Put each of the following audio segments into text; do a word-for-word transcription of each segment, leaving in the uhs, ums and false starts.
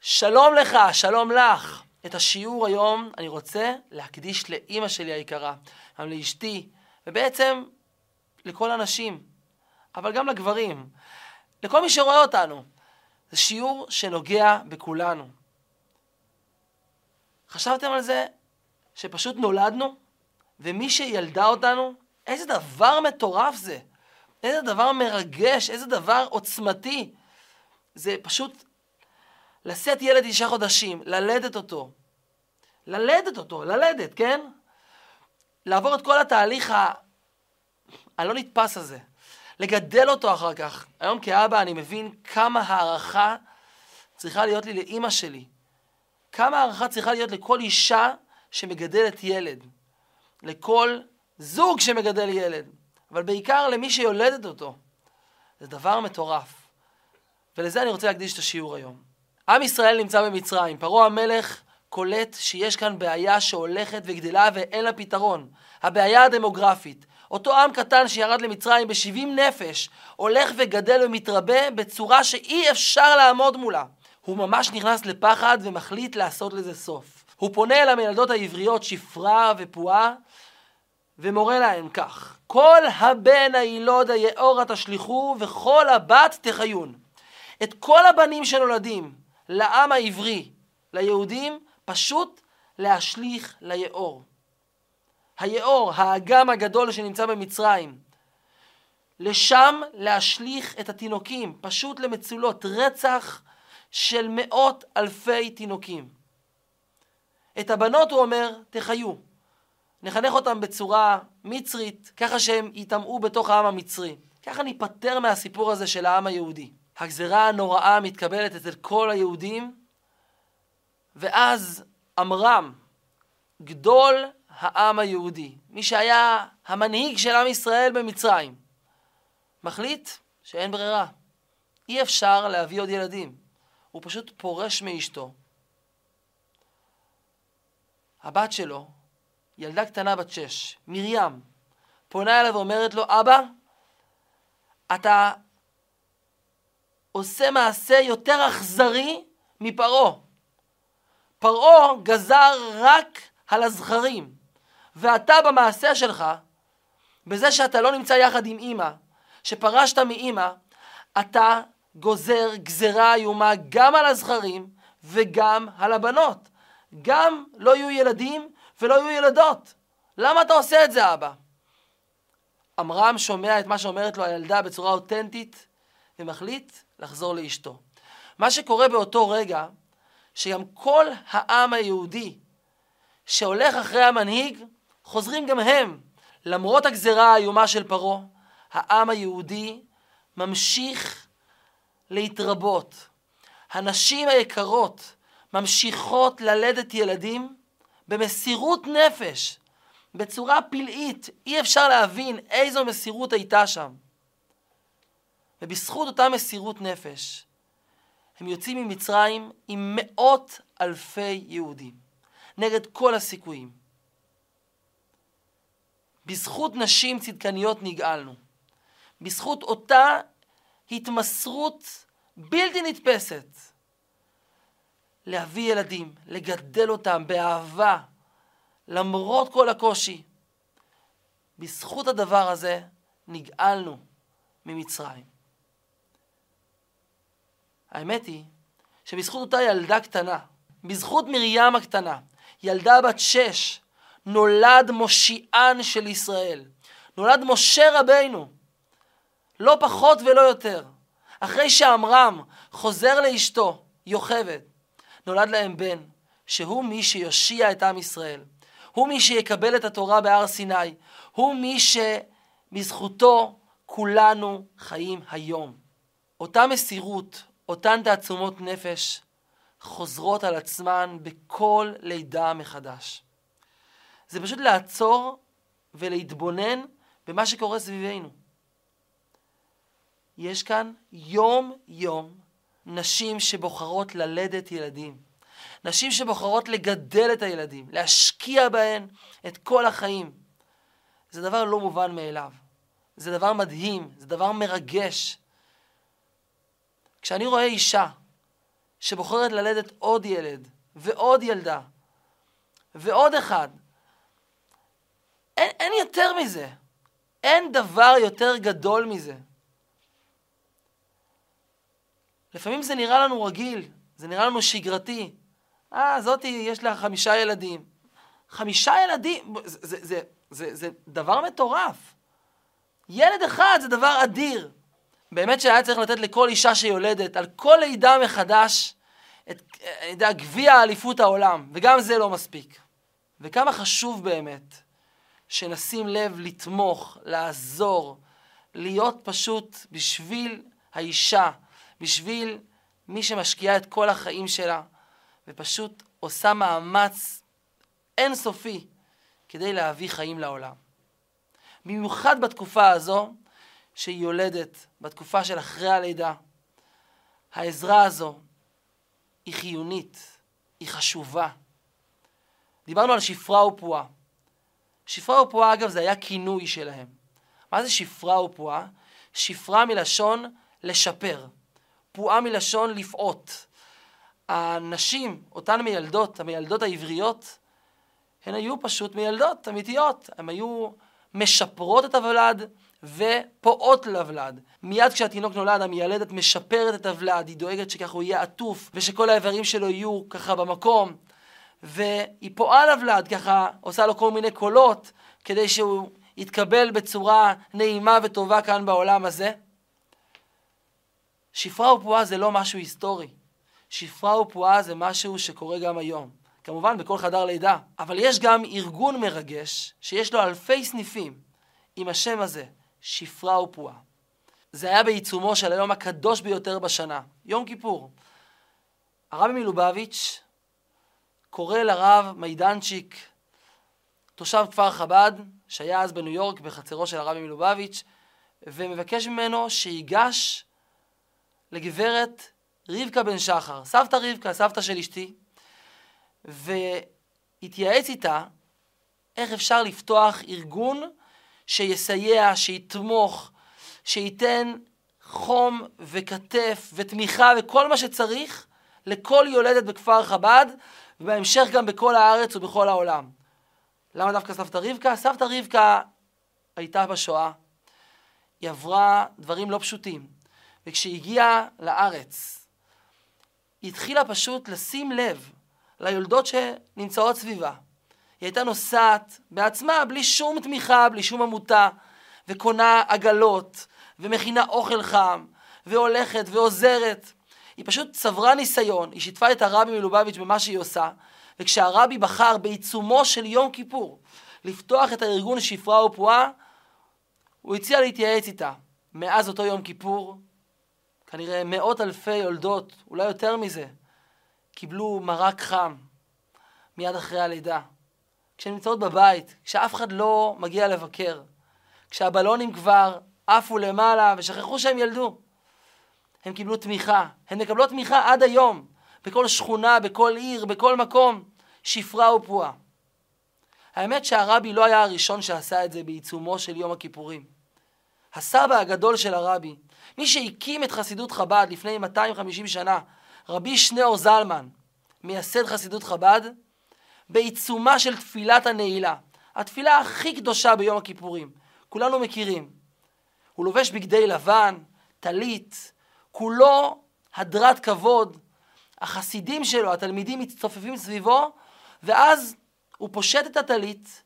שלום לך, שלום לך. את השיעור היום אני רוצה להקדיש לאמא שלי היקרה, גם לאשתי, ובעצם לכל הנשים, אבל גם לגברים, לכל מי שרואה אותנו. זה שיעור שנוגע בכולנו. חשבתם על זה שפשוט נולדנו, ומי שילדה אותנו, איזה דבר מטורף זה, איזה דבר מרגש, איזה דבר עוצמתי. זה פשוט לשאת ילד תשעה חודשים, ללדת אותו, ללדת אותו, ללדת, כן? לעבור את כל התהליך ה... הלא נתפס הזה, לגדל אותו אחר כך. היום כאבא אני מבין כמה הערכה צריכה להיות לי לאמא שלי, כמה הערכה צריכה להיות לכל אישה שמגדלת ילד, לכל זוג שמגדל ילד, אבל בעיקר למי שיולדת אותו. זה דבר מטורף, ולזה אני רוצה להקדיש את השיעור היום. עם ישראל נמצא במצרים, פרעה המלך קולט שיש כאן בעיה שהולכת וגדלה ואין לה פתרון, הבעיה הדמוגרפית. אותו עם קטן שירד למצרים ב-שבעים נפש, הולך וגדל ומתרבה בצורה שאי אפשר לעמוד מולה. הוא ממש נכנס לפחד ומחליט לעשות לזה סוף. הוא פונה אל המילדות העבריות שפרה ופועה, ומורה להם כך: כל הבן הילוד היאורה תשליכו וכל הבת תחיון. את כל הבנים שנולדים לעם העברי, ליהודים, פשוט להשליך ליאור. היאור, האגם הגדול שנמצא במצרים, לשם להשליך את התינוקים, פשוט למצולות, רצח של מאות אלפי תינוקים. את הבנות הוא אומר, תחיו. נחנך אותם בצורה מצרית, ככה שהם יטמעו בתוך העם המצרי. ככה ניפטר מהסיפור הזה של העם היהודי. הגזרה הנוראה מתקבלת אצל כל היהודים, ואז אמרם, גדול העם היהודי, מי שהיה המנהיג של עם ישראל במצרים, מחליט שאין ברירה, אי אפשר להביא עוד ילדים, הוא פשוט פורש מאשתו. הבת שלו, ילדה קטנה בת שש, מרים, פונה אליו ואומרת לו, אבא, אתה עושה מעשה יותר אכזרי מפרעה. פרעה גזר רק על הזכרים, ואתה במעשה שלך, בזה שאתה לא נמצא יחד עם אמא, שפרשת מאמא, אתה גוזר גזרה איומה גם על הזכרים וגם על הבנות. גם לא יהיו ילדים ולא יהיו ילדות. למה אתה עושה את זה, אבא? אמרם שומע את מה שאומרת לו הילדה בצורה אותנטית, ומחליט לחזור לאשתו. מה שקורה באותו רגע, שגם כל העם היהודי שהולך אחרי המנהיג, חוזרים גם הם. למרות הגזרה האיומה של פרעה, העם היהודי ממשיך להתרבות. הנשים היקרות ממשיכות ללדת ילדים במסירות נפש, בצורה פלאית. אי אפשר להבין איזו מסירות הייתה שם. ובזכות אותה מסירות נפש, הם יוצאים ממצרים עם מאות אלפי יהודים, נגד כל הסיכויים. בזכות נשים צדקניות נגאלנו. בזכות אותה התמסרות בלתי נתפסת. להביא ילדים, לגדל אותם באהבה, למרות כל הקושי. בזכות הדבר הזה נגאלנו ממצרים. האמת היא שבזכות אותה ילדה קטנה, בזכות מרים הקטנה, ילדה בת שש, נולד מושיען של ישראל. נולד משה רבינו, לא פחות ולא יותר. אחרי שעמרם חוזר לאשתו, יוכבד, נולד להם בן, שהוא מי שיושיע את עם ישראל. הוא מי שיקבל את התורה בהר סיני. הוא מי שבזכותו כולנו חיים היום. אותה מסירות, אותן תעצומות נפש, חוזרות על עצמן בכל לידה מחדש. זה פשוט לעצור ולהתבונן במה שקורה סביבנו. יש כאן יום יום נשים שבוחרות ללדת ילדים. נשים שבוחרות לגדל את הילדים, להשקיע בהן את כל החיים. זה דבר לא מובן מאליו. זה דבר מדהים, זה דבר מרגש. כשאני רואה אישה שבוחרת ללדת עוד ילד, ועוד ילדה, ועוד אחד. אין, אין יותר מזה. אין דבר יותר גדול מזה. לפעמים זה נראה לנו רגיל, זה נראה לנו שגרתי. אה, זאתי יש לה חמישה ילדים. חמישה ילדים, זה, זה, זה, זה, זה דבר מטורף. ילד אחד זה דבר אדיר. באמת שהיה צריך לתת לכל אישה שיולדת, על כל לידה מחדש, את, את גביע האליפות העולם, וגם זה לא מספיק. וכמה חשוב באמת שנשים לב לתמוך, לעזור, להיות פשוט בשביל האישה, בשביל מי שמשקיעה את כל החיים שלה, ופשוט עושה מאמץ אינסופי כדי להביא חיים לעולם. במיוחד בתקופה הזו שהיא יולדת, בתקופה של אחרי הלידה, העזרה הזו היא חיונית, היא חשובה. דיברנו על שפרה ופועה. שפרה ופועה, אגב, זה היה כינוי שלהם. מה זה שפרה ופועה? שפרה מלשון לשפר, פועה מלשון לפעות. הנשים, אותן מיילדות, המיילדות העבריות, הן היו פשוט מיילדות אמיתיות. הן היו משפרות את הוולד ופועות לוולד. מיד כשהתינוק נולד, המיילדת משפרת את הוולד, היא דואגת שכך הוא יהיה עטוף, ושכל האיברים שלו יהיו ככה במקום, והיא פועה לוולד, ככה עושה לו כל מיני קולות, כדי שהוא יתקבל בצורה נעימה וטובה כאן בעולם הזה. שפרה ופועה זה לא משהו היסטורי. שפרה ופועה זה משהו שקורה גם היום. כמובן בכל חדר לידה. אבל יש גם ארגון מרגש שיש לו אלפי סניפים עם השם הזה, שפרה ופועה. זה היה בעיצומו של היום הקדוש ביותר בשנה, יום כיפור. הרבי מלובביץ' קורא לרב מיידנצ'יק, תושב כפר חב"ד, שהיה אז בניו יורק בחצרו של הרבי מלובביץ', ומבקש ממנו שיגש לגברת רבקה בן שחר, סבתא רבקה, סבתא של אשתי, והתייעץ איתה איך אפשר לפתוח ארגון שיסייע, שיתמוך, שייתן חום וכתף ותמיכה וכל מה שצריך לכל יולדת בכפר חב"ד, ובהמשך גם בכל הארץ ובכל העולם. למה דווקא סבתא רבקה? סבתא רבקה הייתה בשואה, היא עברה דברים לא פשוטים, וכשהיא הגיעה לארץ, היא התחילה פשוט לשים לב ליולדות שנמצאות סביבה. היא הייתה נוסעת בעצמה בלי שום תמיכה, בלי שום עמותה, וקונה עגלות, ומכינה אוכל חם, והולכת ועוזרת. היא פשוט צברה ניסיון, היא שיתפה את הרבי מלובביץ' במה שהיא עושה, וכשהרבי בחר בעיצומו של יום כיפור לפתוח את הארגון שפרה ופועה, הוא הציע להתייעץ איתה. מאז אותו יום כיפור, כנראה מאות אלפי יולדות, אולי יותר מזה, קיבלו מרק חם מיד אחרי הלידה. כשהן נמצאות בבית, כשאף אחד לא מגיע לבקר, כשהבלונים כבר עפו למעלה ושכחו שהם ילדו, הם קיבלו תמיכה. הן מקבלות תמיכה עד היום, בכל שכונה, בכל עיר, בכל מקום, שפרה ופועה. האמת שהרבי לא היה הראשון שעשה את זה בעיצומו של יום הכיפורים. הסבא הגדול של הרבי, מי שהקים את חסידות חב"ד לפני מאתיים וחמישים שנה, רבי שניאור זלמן, מייסד חסידות חב"ד, בעיצומה של תפילת הנעילה, התפילה הכי קדושה ביום הכיפורים, כולנו מכירים. הוא לובש בגדי לבן, טלית, כולו הדרת כבוד, החסידים שלו, התלמידים מצטופפים סביבו, ואז הוא פושט את הטלית,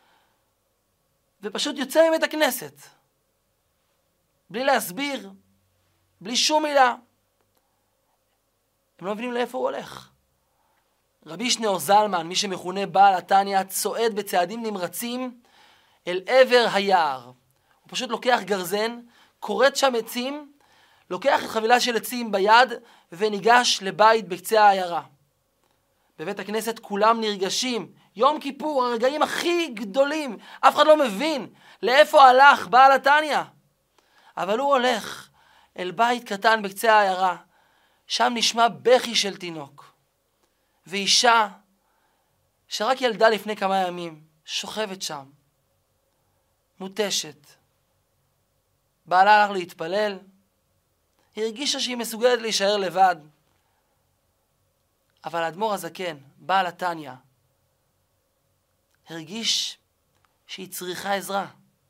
ופשוט יוצא מבית הכנסת. בלי להסביר, בלי שום מילה. הם לא מבינים לאיפה הוא הולך. רבי שניאור זלמן, מי שמכונה בעל התניא, צועד בצעדים נמרצים אל עבר היער. הוא פשוט לוקח גרזן, קורט שם עצים, לוקח את חבילה של עצים ביד וניגש לבית בקצה העיירה. בבית הכנסת כולם נרגשים. יום כיפור, הרגעים הכי גדולים. אף אחד לא מבין לאיפה הלך בעל התניא. אבל הוא הולך אל בית קטן בקצה העיירה. שם נשמע בכי של תינוק. ואישה שרק ילדה לפני כמה ימים שוכבת שם, מותשת. בעלה הלך להתפלל, היא הרגישה שהיא מסוגלת להישאר לבד. אבל האדמו"ר הזקן, בעל התניא, הרגיש שהיא צריכה עזרה.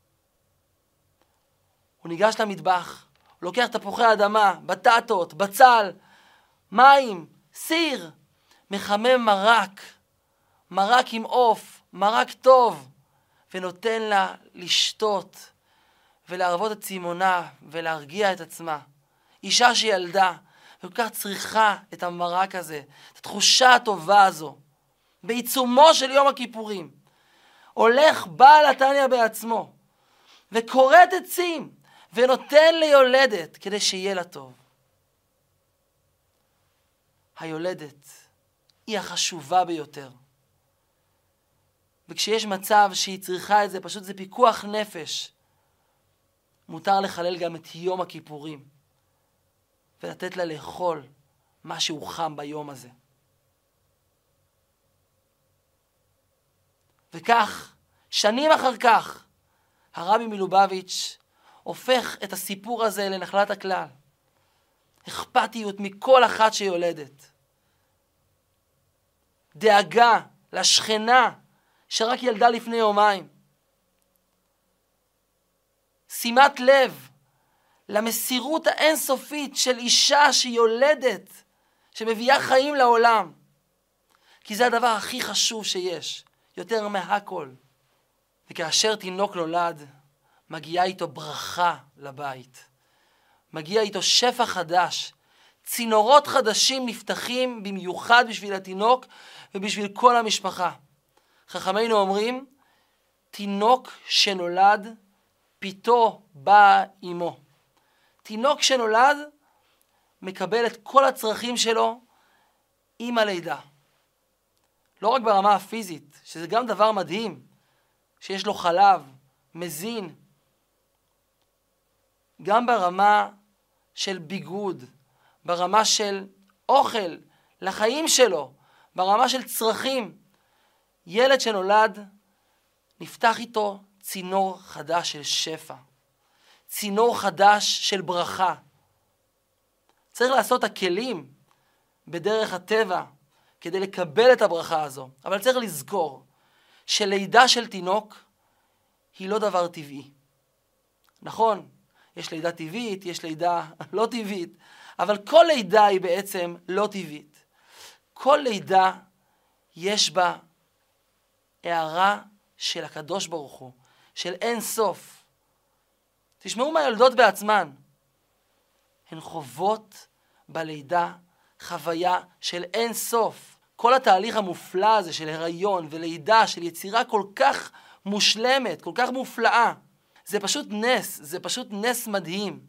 הוא ניגש למטבח, הוא לוקח תפוחי אדמה, בטטות, בצל, מים, סיר, מחמם מרק, מרק עם עוף, מרק טוב, ונותן לה לשתות ולהרוות את צימונה ולהרגיע את עצמה. אישה שילדה וכל כך צריכה את המרק הזה, את התחושה הטובה הזו, בעיצומו של יום הכיפורים. הולך בעל התניא בעצמו וכורת עצים ונותן ליולדת כדי שיהיה לה טוב. היולדת היא החשובה ביותר. וכשיש מצב שהיא צריכה את זה, פשוט זה פיקוח נפש. מותר לחלל גם את יום הכיפורים ולתת לה לאכול משהו חם ביום הזה. וכך, שנים אחר כך, הרבי מלובביץ' הופך את הסיפור הזה לנחלת הכלל. אכפתיות מכל אחת שיולדת. דאגה לשכנה שרק ילדה לפני יומיים. שימת לב למסירות האינסופית של אישה שיולדת, שמביאה חיים לעולם. כי זה הדבר הכי חשוב שיש, יותר מהכל. וכאשר תינוק נולד, מגיעה איתו ברכה לבית. מגיע איתו שפע חדש. צינורות חדשים נפתחים במיוחד בשביל התינוק ובשביל כל המשפחה. חכמינו אומרים, תינוק שנולד, פיתו בא עמו. תינוק שנולד מקבל את כל הצרכים שלו עם הלידה. לא רק ברמה הפיזית, שזה גם דבר מדהים, שיש לו חלב, מזין, גם ברמה של ביגוד, ברמה של אוכל לחיים שלו, ברמה של צרכים. ילד שנולד, נפתח איתו צינור חדש של שפע, צינור חדש של ברכה. צריך לעשות הכלים בדרך הטבע כדי לקבל את הברכה הזו, אבל צריך לזכור שלידה של תינוק היא לא דבר טבעי. נכון, יש לידה טבעית, יש לידה לא טבעית, אבל כל לידה היא בעצם לא טבעית. כל לידה יש בה הערה של הקדוש ברוך הוא, של אין סוף. תשמעו מהילדות בעצמן. הן חוות בלידה חוויה של אין סוף. כל התהליך המופלא הזה של הריון ולידה, של יצירה כל כך מושלמת, כל כך מופלאה. זה פשוט נס, זה פשוט נס מדהים.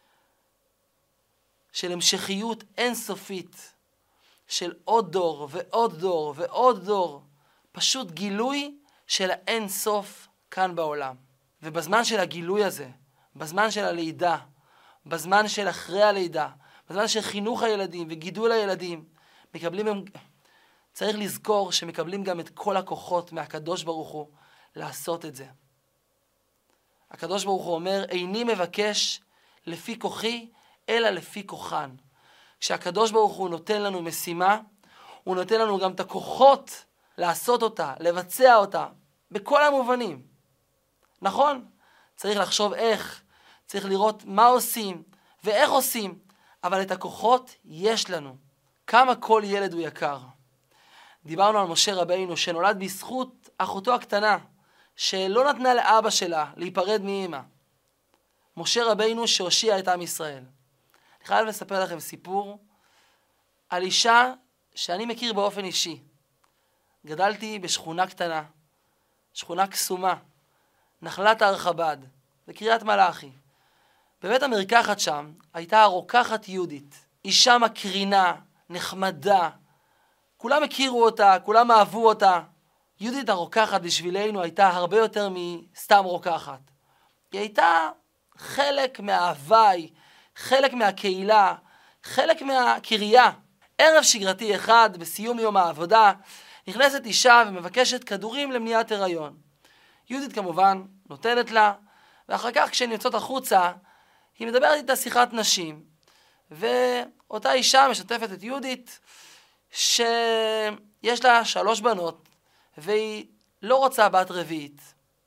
של המשכיות אינסופית. של עוד דור ועוד דור ועוד דור. פשוט גילוי של האין סוף כאן בעולם. ובזמן של הגילוי הזה, בזמן של הלידה, בזמן של אחרי הלידה, בזמן של חינוך הילדים וגידול הילדים, מקבלים הם... צריך לזכור שמקבלים גם את כל הכוחות מהקדוש ברוך הוא לעשות את זה. הקדוש ברוך הוא אומר, איני מבקש לפי כוחי, אלא לפי כוחן. כשהקדוש ברוך הוא נותן לנו משימה, הוא נותן לנו גם את הכוחות לעשות אותה, לבצע אותה, בכל המובנים. נכון? צריך לחשוב איך, צריך לראות מה עושים ואיך עושים, אבל את הכוחות יש לנו. כמה כל ילד הוא יקר. דיברנו על משה רבינו שנולד בזכות אחותו הקטנה, שלא נתנה לאבא שלה להיפרד מאמא. משה רבינו שהושיע את עם ישראל. אני חייב לספר לכם סיפור על אישה שאני מכיר באופן אישי. גדלתי בשכונה קטנה, שכונה קסומה, נחלת הרחב"ד, בקריית מלאכי. בבית המרקחת שם הייתה הרוקחת יהודית, אישה מקרינה, נחמדה, כולם הכירו אותה, כולם אהבו אותה. יהודית הרוקחת בשבילנו הייתה הרבה יותר מסתם רוקחת. היא הייתה חלק מההוואי, חלק מהקהילה, חלק מהקריה. ערב שגרתי אחד, בסיום יום העבודה, נכנסת אישה ומבקשת כדורים למניעת הריון. יהודית כמובן נותנת לה, ואחר כך כשהן יוצאות החוצה, היא מדברת איתה שיחת נשים. ואותה אישה משתפת את יהודית, שיש לה שלוש בנות, והיא לא רוצה בת רביעית.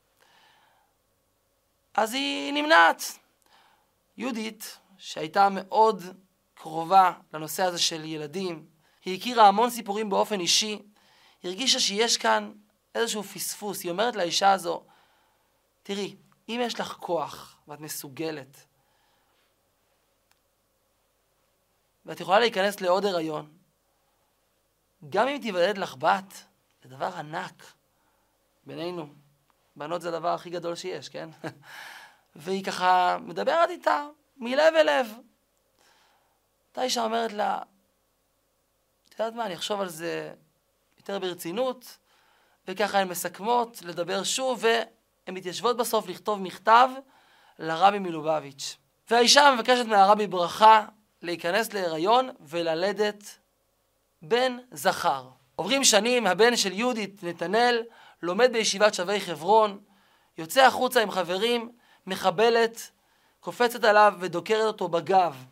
אז היא נמנעת. יהודית, שהייתה מאוד קרובה לנושא הזה של ילדים, היא הכירה המון סיפורים באופן אישי, הרגישה שיש כאן איזשהו פספוס. היא אומרת לאישה הזו, תראי, אם יש לך כוח ואת מסוגלת, ואת יכולה להיכנס לעוד הריון, גם אם תיוולד לך בת, זה דבר ענק. בינינו, בנות זה הדבר הכי גדול שיש, כן? והיא ככה מדברת איתה מלב אל לב. אותה אישה אומרת לה, את יודעת מה, אני אחשוב על זה יותר ברצינות, וככה הן מסכמות לדבר שוב, והן מתיישבות בסוף לכתוב מכתב לרבי מלובביץ'. והאישה מבקשת מהרבי ברכה להיכנס להיריון וללדת בן זכר. עוברים שנים, הבן של יהודית, נתנאל, לומד בישיבת שבי חברון, יוצא החוצה עם חברים, מחבלת, קופצת עליו ודוקרת אותו בגב.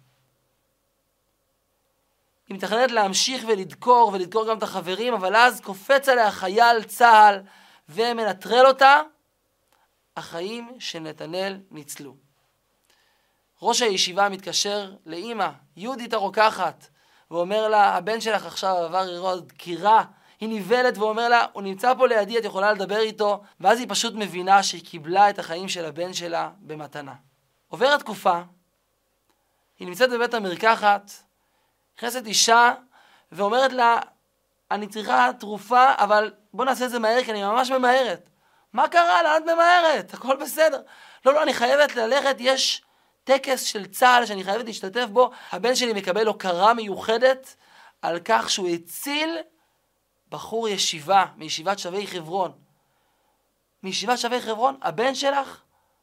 היא מתכננת להמשיך ולדקור ולדקור גם את החברים, אבל אז קופץ עליה חייל צהל ומנטרל אותה. החיים של נתנאל ניצלו. ראש הישיבה מתקשר לאמא, יהודית הרוקחת, ואומר לה, הבן שלך עכשיו עבר אירוע דקירה. היא ניבלת ואומר לה, הוא נמצא פה לידי, את יכולה לדבר איתו. ואז היא פשוט מבינה שהיא קיבלה את החיים של הבן שלה במתנה. עוברת תקופה, היא נמצאת בבית המרקחת, נכנסת אישה ואומרת לה, אני צריכה תרופה, אבל בוא נעשה את זה מהר, כי אני ממש ממהרת. מה קרה? לאן את ממהרת? הכל בסדר. לא, לא, אני חייבת ללכת, יש טקס של צה"ל שאני חייבת להשתתף בו. הבן שלי מקבל הוקרה מיוחדת על כך שהוא הציל בחור ישיבה, מישיבת שבי חברון. מישיבת שבי חברון, הבן שלך,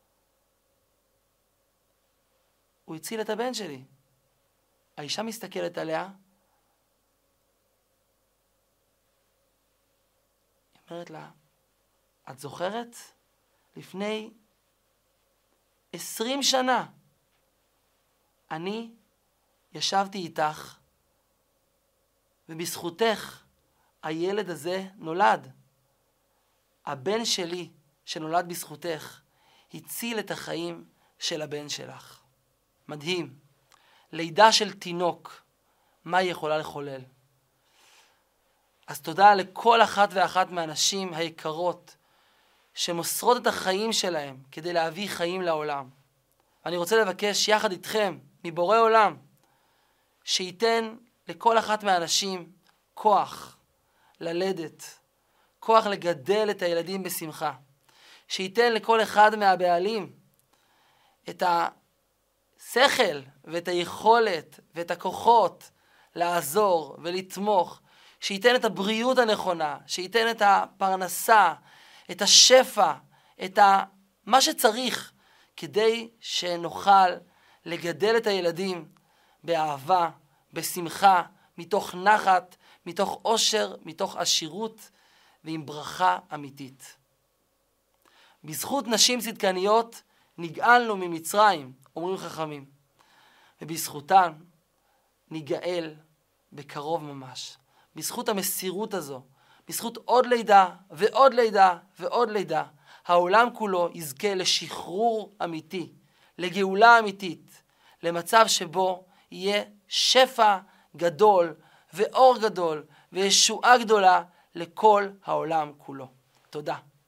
הוא הציל את הבן שלי. האישה מסתכלת עליה, היא אומרת לה, את זוכרת? לפני עשרים שנה, אני ישבתי איתך, ובזכותך הילד הזה נולד. הבן שלי שנולד בזכותך, הציל את החיים של הבן שלך. מדהים. לידה של תינוק, מה היא יכולה לחולל? אז תודה לכל אחת ואחת מהנשים היקרות שמוסרות את החיים שלהם כדי להביא חיים לעולם. אני רוצה לבקש יחד איתכם, מבורא עולם, שייתן לכל אחת מהנשים כוח ללדת, כוח לגדל את הילדים בשמחה. שייתן לכל אחד מהבעלים את השכל ואת היכולת ואת הכוחות לעזור ולתמוך. שייתן את הבריאות הנכונה, שייתן את הפרנסה, את השפע, את ה... מה שצריך כדי שנוכל לגדל את הילדים באהבה, בשמחה, מתוך נחת, מתוך עושר, מתוך עשירות ועם ברכה אמיתית. בזכות נשים צדקניות נגאלנו ממצרים, אומרים חכמים, ובזכותן ניגאל בקרוב ממש. בזכות המסירות הזו, בזכות עוד לידה ועוד לידה ועוד לידה, העולם כולו יזכה לשחרור אמיתי, לגאולה אמיתית, למצב שבו יהיה שפע גדול ואור גדול וישועה גדולה לכל העולם כולו. תודה.